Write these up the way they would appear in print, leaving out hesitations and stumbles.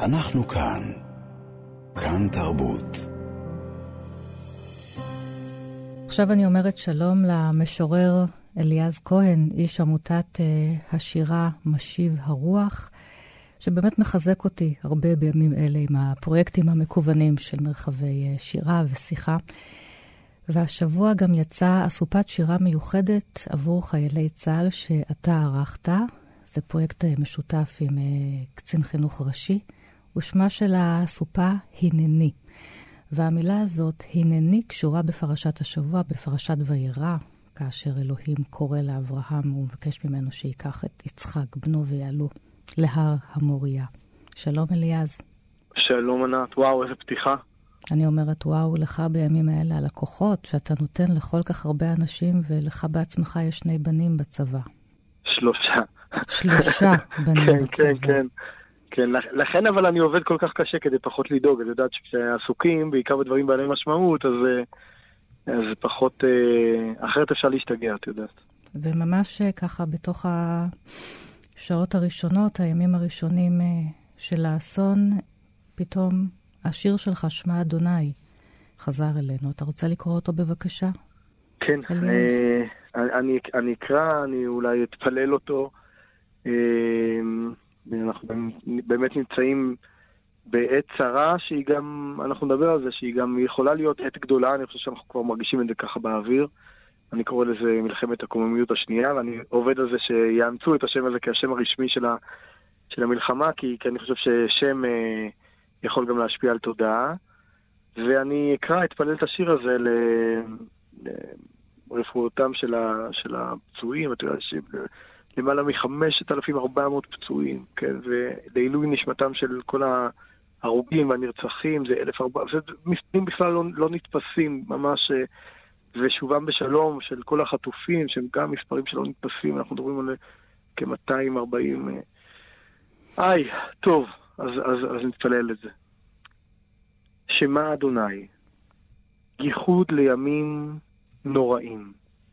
אנחנו כאן. כאן תרבות. עכשיו אני אומרת שלום למשורר אליעז כהן, איש עמותת השירה משיב הרוח, שבאמת מחזק אותי הרבה בימים אלה עם הפרויקטים המקוונים של מרחבי שירה ושיחה. והשבוע גם יצאה אסופת שירה מיוחדת עבור חיילי צה"ל שאתה ערכת. זה פרויקט משותף עם קצין חינוך ראשי, ושמה של האסופה הנני. והמילה הזאת, הנני, קשורה בפרשת השבוע, בפרשת וירא, כאשר אלוהים קורא לאברהם, הוא מבקש ממנו שיקח את יצחק בנו ויעלו להר המוריה. שלום אליעז. שלום ענת, וואו, איזה פתיחה. אני אומרת וואו לך בימים האלה על הכוחות שאתה נותן לכל כך הרבה אנשים, ולך בעצמך יש 2 בנים בצבא. 3 בנים בצבא. כן, לכן אבל אני עובד כל כך קשה כדי פחות לדאוג. את יודעת שכשעסוקים, בעיקר בדברים בעלי משמעות, אז פחות, אחרת אפשר להשתגע, את יודעת. וממש ככה בתוך השעות הראשונות, הימים הראשונים של האסון, פתאום השיר שלך, שמע אדוני, חזר אלינו. אתה רוצה לקרוא אותו בבקשה? כן, אני אקרא, אני אולי אתפלל אותו. אנחנו באמת נמצאים בעת צרה שהיא גם, אנחנו נדבר על זה, שהיא גם יכולה להיות עת גדולה. אני חושב שאנחנו כבר מרגישים את זה ככה באוויר. אני קורא לזה מלחמת הקוממיות השנייה, ואני עובד על זה שיאמצו את השם הזה כשם הרשמי של המלחמה, כי אני חושב ששם יכול גם להשפיע על תודעה. ואני אקרא, אתפלל את השיר הזה לרפואותם של הפצועים. אתה יודע, למעלה מ-5,400 פצועים, כן, ולעילוי נשמתם של כל ההרוגים והנרצחים, זה 1,400, זה מספרים בכלל לא נתפסים, ממש, ושובם בשלום של כל החטופים, שהם גם מספרים שלא נתפסים, אנחנו מדברים על כ-240. טוב, אז נתפלל את זה. שמע אדוני, ייחוד לימים נוראים.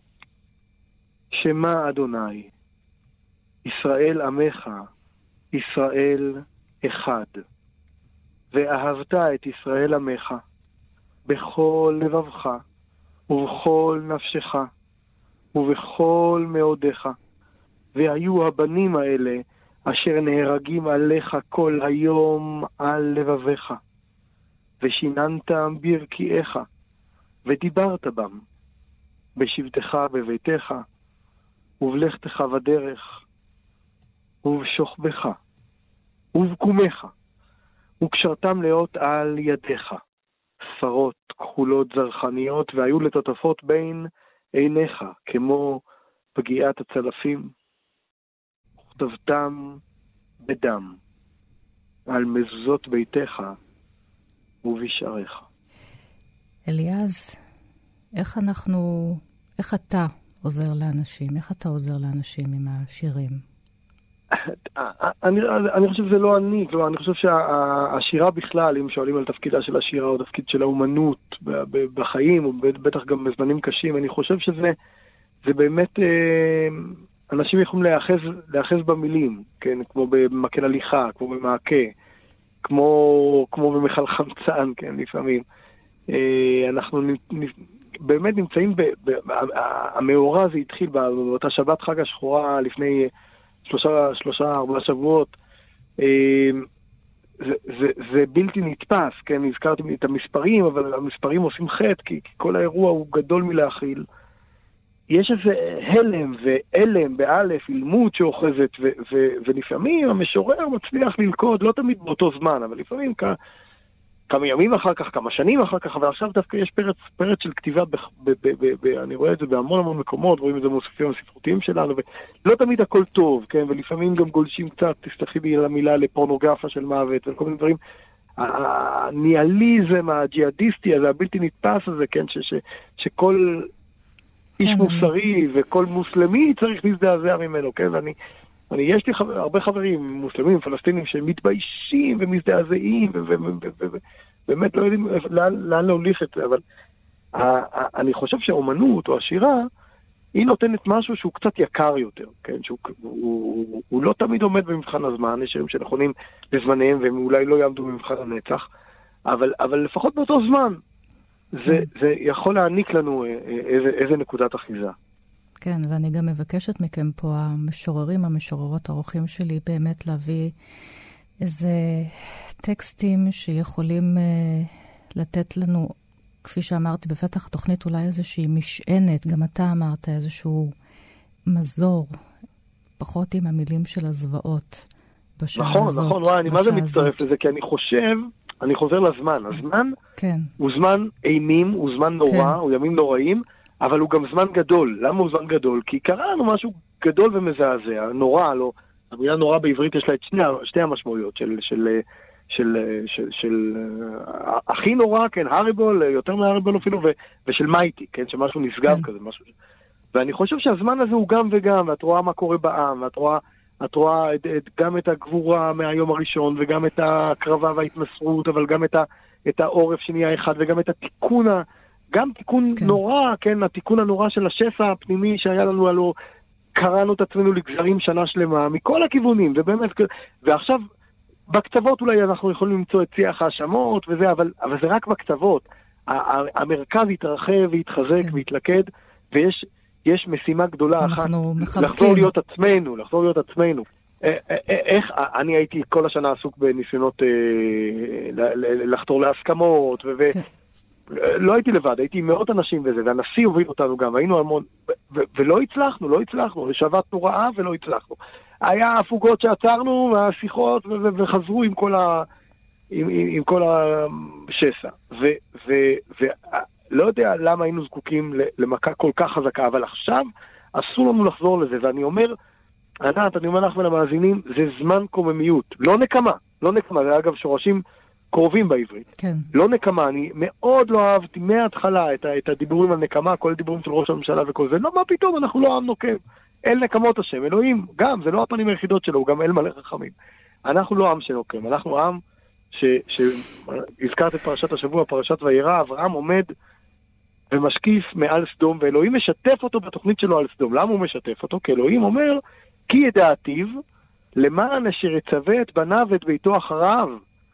שמע אדוני, ישראל עמך, ישראל אחד. ואהבת את ישראל עמך, בכל לבבך, ובכל נפשך, ובכל מאודך. והיו הבנים האלה, אשר נהרגים עליך כל היום על לבביך. ושיננתם ברקיעיך, ודיברת בם, בשבתך בביתך, ובלכתך בדרך, ובשוכבך, ובקומך, וקשרתם לאות על ידיך, ספרות כחולות זרחניות, והיו לטוטפות בין עיניך, כמו פגיעת הצלפים, וכתבתם בדם, על מזוזות ביתך, ובשעריך. אליעז, איך אתה עוזר לאנשים? איך אתה עוזר לאנשים עם השירים? אני חושב שזה לא אני, כלומר, אני חושב שהשירה בכלל, אם שואלים על תפקידה של השירה או תפקיד של האומנות בחיים, או בטח גם בזמנים קשים, אני חושב שזה באמת, אנשים יכולים להיאחז במילים, כן? כמו במקל הליכה, כמו במעקה, כמו במכל חמצן, כן, לפעמים. אנחנו באמת נמצאים, המאורע הזה התחיל באותה שבת חג השחורה לפני 3-4 שבועות. זה בלתי נתפס, כן, הזכרתי את המספרים, אבל המספרים עושים חטא, כי כל האירוע הוא גדול מלהכיל. יש איזה הלם ואלם באלף, אילמות שאוחזת, ולפעמים המשורר מצליח ללכוד, לא תמיד באותו זמן, אבל לפעמים כמה ימים אחר כך, כמה שנים אחר כך, אבל עכשיו דווקא יש פרץ של כתיבה, אני רואה את זה בהמון מקומות, רואים את זה במוספים הספרותיים שלנו, ולא תמיד הכל טוב, כן, ולפעמים גם גולשים קצת, תסלחי לי למילה, לפורנוגרפיה של מוות, וכל מיני דברים, הניאליזם הג'יהאדיסטי הזה, הבלתי נתפס הזה, כן, שכל איש מוסרי וכל מוסלמי צריך להזדעזע ממנו, כן, יש לי הרבה חברים מוסלמים, פלסטינים, שמתביישים ומזדעזעים, ובאמת לא יודעים לאן להוליך את זה, אבל אני חושב שהאומנות או השירה היא נותנת משהו שהוא קצת יקר יותר, כן? הוא לא תמיד עומד במבחן הזמן, יש שירים שנכונים בזמניהם, והם אולי לא יעמדו במבחן הנצח, אבל לפחות באותו זמן, זה יכול להעניק לנו איזה נקודת אחיזה. כן, ואני גם מבקשת מכם פה, המשוררים, המשוררות, האורחים שלי, באמת להביא איזה טקסטים שיכולים לתת לנו, כפי שאמרתי בפתח התוכנית, אולי איזושהי משענת, גם אתה אמרת איזשהו מזור, פחות עם המילים של הזוועות בשעה הזאת. נכון, וואי, אני מה זה מצטרף לזה, כי אני חושב, אני חוזר לזמן, הזמן הוא זמן אימים, הוא זמן נורא, הוא ימים נוראים, אבל הוא גם זמן גדול. למה הוא זמן גדול? כי קרה לנו משהו גדול ומזעזע, נורא, לא, המילה נורא בעברית יש לה את שתי המשמעויות של הכי נורא, כן, הריבול, יותר מהריבול אפילו, ושל מייטי, כן, שמשהו נשגב כזה, משהו. ואני חושב שהזמן הזה הוא גם וגם, ואת רואה מה קורה בעם, ואת רואה גם את הגבורה מהיום הראשון, וגם את הקרבה וההתמסרות, אבל גם את העורף שנהיה אחד, וגם את התיקון, גם תיקון נורא, כן, התיקון הנורא של השפע הפנימי שהיה לנו, הלוא קראנו את עצמנו לגזרים שנה שלמה, מכל הכיוונים, ובאמת, ועכשיו, בקצוות אולי אנחנו יכולים למצוא את שיח האשמות וזה, אבל זה רק בקצוות. המרכז יתרחב ויתחזק ויתלכד, ויש משימה גדולה אחת, לחזור להיות עצמנו. איך, אני הייתי כל השנה עסוק בניסיונות לחתור להסכמות, לא הייתי לבד, הייתי עם מאות אנשים וזה, והנשיא הוביל אותנו גם, היינו המון, ולא הצלחנו, שבתנו רעה ולא הצלחנו. היה הפוגות שעצרנו, והשיחות, וחזרו עם כל השסע. ולא יודע למה היינו זקוקים למכה כל כך חזקה, אבל עכשיו אסור לנו לחזור לזה, ואני אומר, ענת, אני אומר לך ולמאזינים, זה זמן קוממיות, לא נקמה, זה אגב שורשים קרובים בעברית. כן. לא נקמה, אני מאוד לא אהבתי מההתחלה את הדיבורים על נקמה, כל הדיבורים של ראש הממשלה וכל זה, לא, מה פתאום, אנחנו לא עם נוקם. אל נקמות השם, אלוהים, גם, זה לא הפנים היחידות שלו, הוא גם אל מלא חכמים. אנחנו לא עם שנוקם, אנחנו עם הזכרת את פרשת השבוע, פרשת וירא, אברהם עומד ומשקיף מעל סדום, ואלוהים משתף אותו בתוכנית שלו על סדום. למה הוא משתף אותו? כי אלוהים אומר, כי ידעתיו, למען אשר יצווה את בניו ואת ביתו אחריו,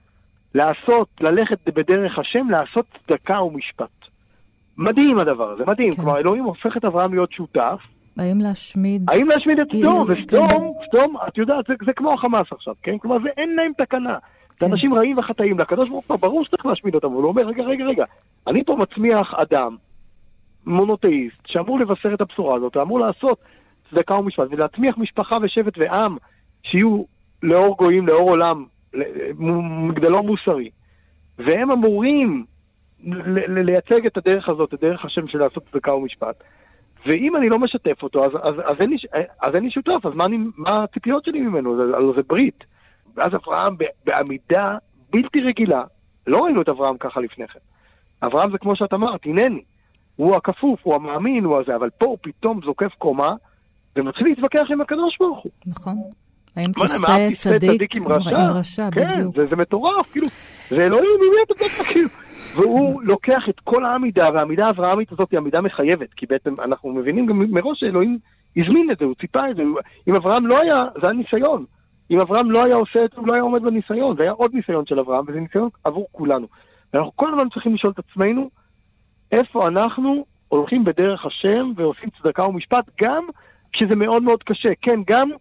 ללכת בדרך השם, לעשות צדקה ומשפט. מדהים הדבר הזה, מדהים. כלומר, אלוהים הופך את אברהם להיות שותף, האם להשמיד את סדום, וסדום, את יודעת, זה כמו החמאס עכשיו, כן? כלומר, אין להם תקנה. זה אנשים רעים וחטאים, לקדוש ברוך הוא ברור שצריך להשמיד אותם, אבל הוא אומר, רגע, אני פה מצמיח אדם, מונותאיסט, שאמור לבשר את הבשורה הזאת, אמור לעשות צדקה ומשפט, ולהצמיח משפחה ושבט ועם, שיהיו לאור גויים, לאור עולם, מגדלור מוסרי, והם אמורים לייצג את הדרך הזאת, את דרך השם של לעשות צדקה ומשפט. ואם אני לא משתף אותו, אז אין לי שותף, אז מה הציפיות שלי ממנו? זה ברית. ואז אברהם בעמידה בלתי רגילה, לא ראינו את אברהם ככה לפני כן. אברהם זה כמו שאת אמרת, הנני. הוא הכפוף, הוא המאמין, הוא הזה, אבל פה הוא פתאום זוקף קומה, ומתחיל להתווכח עם הקדוש ברוך הוא. נכון. האם תספה צדיק עם רשע, בדיוק. זה מטורף, כאילו, זה אלוהים, כאילו. והוא לוקח את כל העמידה, והעמידה האברהמית הזאת היא עמידה מחייבת, כי בעצם אנחנו מבינים גם מראש שאלוהים הזמין את זה, הוא ציפה את זה. אם אברהם לא היה, זה היה ניסיון. אם אברהם לא היה עושה את זה, הוא לא היה עומד בניסיון. זה היה עוד ניסיון של אברהם, וזה ניסיון עבור כולנו. ואנחנו כל הזמן צריכים לשאול את עצמנו, איפה אנחנו הולכים בדרך השם ועושים צדקה ומשפט, גם כשזה מאוד מאוד קשה. כן, גם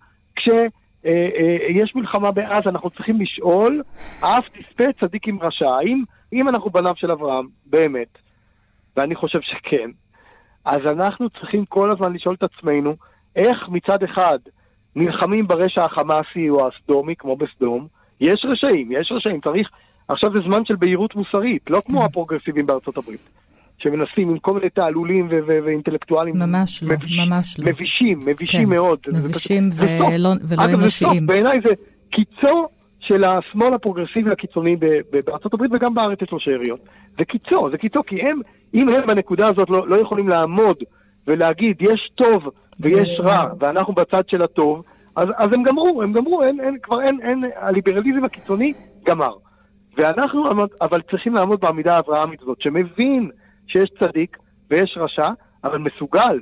כשיש מלחמה בעזה, אנחנו צריכים לשאול, אף תספה צדיק עם רשע. אם אנחנו בניו של אברהם, באמת, ואני חושב שכן, אז אנחנו צריכים כל הזמן לשאול את עצמנו, איך מצד אחד נלחמים ברשע החמאסי או הסדומי, כמו בסדום, יש רשעים, צריך, עכשיו זה זמן של בהירות מוסרית, לא כמו הפרוגרסיבים בארצות הברית, שמנסים עם כל מיני תעלולים ואינטלקטואלים, ממש לא. מבישים מאוד. מבישים ולא אנושיים. בעיניי זה קיצו של השמאל הפרוגרסיבי הקיצוני בארצות הברית, וגם בארץ יש לו שאריות. זה קיצו, כי אם הם בנקודה הזאת לא יכולים לעמוד ולהגיד, יש טוב ויש רע, ואנחנו בצד של הטוב, אז הם גמרו, אין, הליברליזם הקיצוני גמר. ואנחנו, אבל צריכים לעמוד בעמידה האברהמית הזאת, שמבין שיש צדיק ויש רשע, אבל מסוגל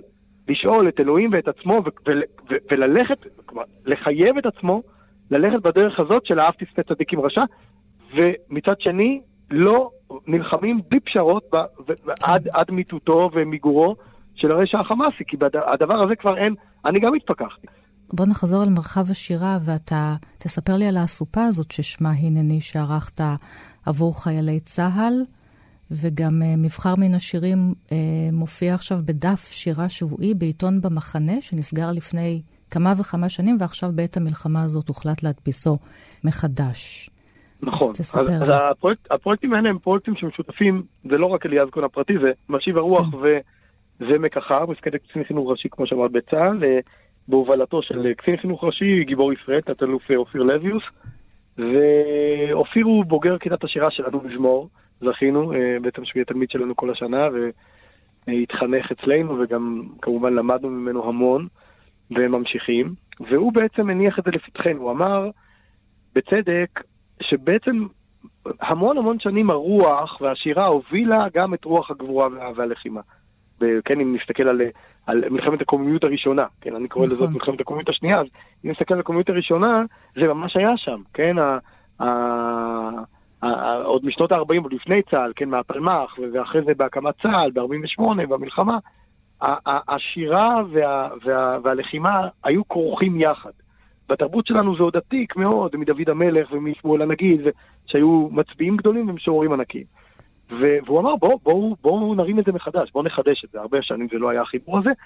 לשאול את אלוהים ואת עצמו, וללכת, כלומר, לחייב את עצמו, ללכת בדרך הזאת של אהבת שונא צדיק עם רשע, ומצד שני, לא נלחמים בלי פשרות עד מיתותו ומיגורו של הרשע החמאסי, כי הדבר הזה כבר אין, אני גם התפכחתי. בוא נחזור על מרחב השירה, ואתה תספר לי על הסופה הזאת ששמה הנני, שערכת עבור חיילי צהל, וגם מבחר מן השירים מופיע עכשיו בדף שירה שבועי בעיתון במחנה, שנסגר לפני כמה וכמה שנים, ועכשיו בעת המלחמה הזאת הוחלט להדפיסו מחדש. נכון, אז הפרויקטים האלה הם פרויקטים שמשותפים, זה לא רק אליעז כהן הפרטי, זה משיב הרוח וזה מקחר, מפקד קצין חינוך ראשי כמו שאמרת בצה"ל, בהובלתו של קצין חינוך ראשי, גיבור ישראל, תת-אלוף אופיר לויוס, ואופיר הוא בוגר כיתת השירה שלנו מזמור, זכינו, בעצם שהוא יהיה תלמיד שלנו כל השנה, והתחנך אצלנו, וגם כמובן למדנו ממנו המון, וממשיכים, והוא בעצם הניח את זה לפתחנו, הוא אמר, בצדק, שבעצם המון שנים הרוח והשירה הובילה גם את רוח הגבורה והלחימה. כן, אם נסתכל על מלחמת הקוממיות הראשונה, כן, אני קורא לזאת מלחמת הקוממיות השנייה, אז אם נסתכל על הקוממיות הראשונה, זה ממש היה שם, כן, עוד משנות ה-40, עוד לפני צה"ל, כן, מהפלמ"ח, ואחרי זה בהקמת צה"ל, ב-48, במלחמה, השירה והלחימה היו כורכים יחד. בתרבות שלנו זה עוד עתיק מאוד, מדוד המלך ומשמואל הנגיד, שהיו מצביעים גדולים ומשוררים ענקים. והוא אמר, בואו נרים את זה מחדש, בואו נחדש את זה. הרבה שנים זה לא היה החיבור הזה,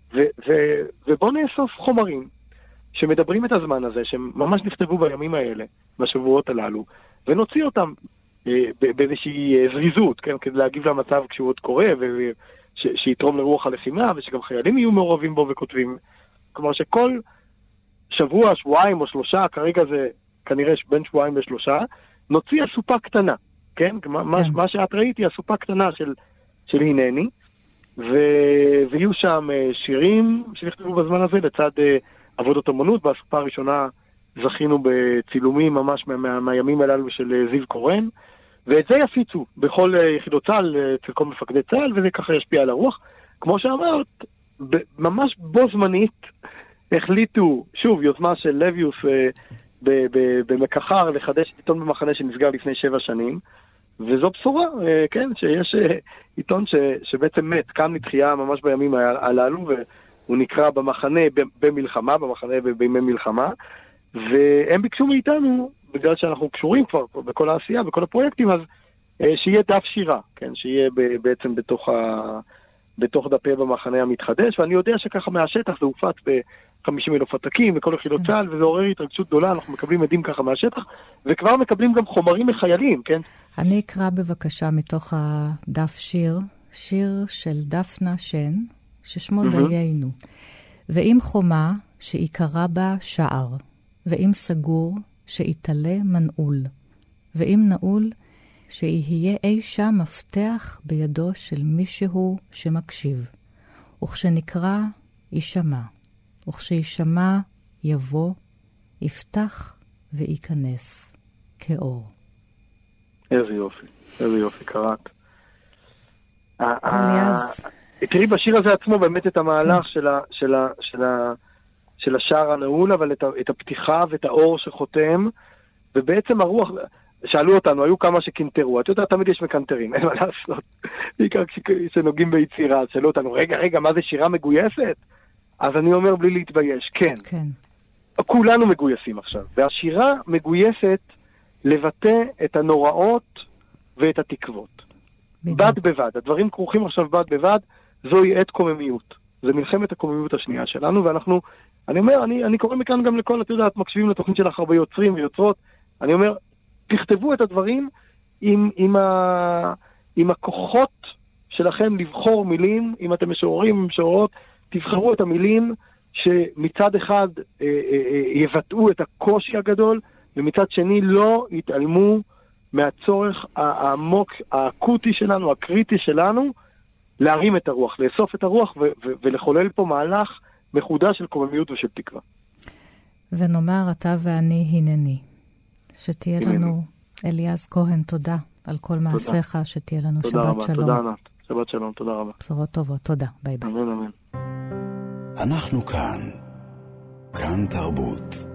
ובואו נאסוף חומרים שמדברים את הזמן הזה, שממש נכתבו בימים האלה, בשבועות הללו, ונוציא אותם באיזושהי זריזות, כן, כדי להגיב למצב כשהוא עוד קורה, שיתרום לרוח הלחימה, ושגם חיילים יהיו מעורבים בו וכותבים. כלומר שכל שבוע, שבועיים או שלושה, כרגע זה כנראה בין שבועיים ושלושה, נוציא אסופה קטנה, כן? מה שאת ראיתי, אסופה קטנה של הנני, ויהיו שם שירים שנכתבו בזמן הזה, לצד עבודות אומנות. באסופה הראשונה זכינו בצילומים ממש מהימים הללו של זיו קורן, ואת זה יפיצו בכל יחידות צה"ל, אצל כל מפקדי צה"ל, וזה ככה ישפיע על הרוח. כמו שאמרת, ממש בו זמנית החליטו, שוב, יוזמה של לויוס במקחר, לחדש את עיתון במחנה שנסגר לפני 7 שנים, וזו בשורה, כן, שיש עיתון שבעצם מת, קם לתחייה ממש בימים הללו, והוא נקרא במחנה במלחמה, במחנה בימי מלחמה, והם ביקשו מאיתנו, בגלל שאנחנו קשורים כבר בכל העשייה, בכל הפרויקטים, אז שיהיה דף שירה, כן, שיהיה בעצם בתוך דפי במחנה המתחדש, ואני יודע שככה מהשטח זה הופץ ב50,000 עתקים וכל יחידות צה"ל, וזה עורר התרגשות גדולה, אנחנו מקבלים עדים ככה מהשטח, וכבר מקבלים גם חומרים מחיילים, כן? אני אקרא בבקשה מתוך הדף שיר של דפנה שן, ששמו דיינו. ואם חומה שעיקרה בה שער, ואם סגור שיתעלה מנעול, ואם נעול שיהיה אי שם מפתח בידו של מישהו שמקשיב. וכשנקרא יישמע, וכשישמע יבוא, יפתח וייכנס כאור. איזה יופי, איזה יופי, קראת. אליעז. תראי בשיר הזה עצמו באמת את המהלך של השער הנעול, אבל את הפתיחה ואת האור שחותם, ובעצם הרוח, שאלו אותנו, היו כמה שקינטרו, את יודעת, תמיד יש מקנטרים, אין מה לעשות, בעיקר כשנוגעים ביצירה, שאלו אותנו, רגע, מה זה שירה מגויסת? אז אני אומר בלי להתבייש, כן. כולנו מגויסים עכשיו, והשירה מגויסת לבטא את הנוראות ואת התקוות. בד בבד, הדברים כרוכים עכשיו בד בבד, זוהי עת קוממיות. זה מלחמת הקוממיות השנייה שלנו, ואנחנו, אני אומר, אני קורא מכאן גם לכל, את יודעת, מקשיבים לתוכנית שלך הרבה יוצרים ויוצרות, אני אומר, תכתבו את הדברים עם הכוחות שלכם לבחור מילים, אם אתם משוררים ומשוררות, תבחרו את המילים שמצד אחד יבטאו את הקושי הגדול, ומצד שני לא יתעלמו מהצורך העמוק, האקוטי שלנו, הקריטי שלנו, להרים את הרוח, לאסוף את הרוח ולחולל פה מהלך מחודש של קוממיות ושל תקווה. ונאמר אתה ואני הנני. שתהיה לנו, אליעז כהן, תודה על כל מעשיך, שתהיה לנו שבת שלום. תודה רבה, תודה ענת. שבת שלום, תודה רבה. בשורות טובות, תודה. ביי ביי. אמן, אמן. אנחנו כאן. כאן תרבות.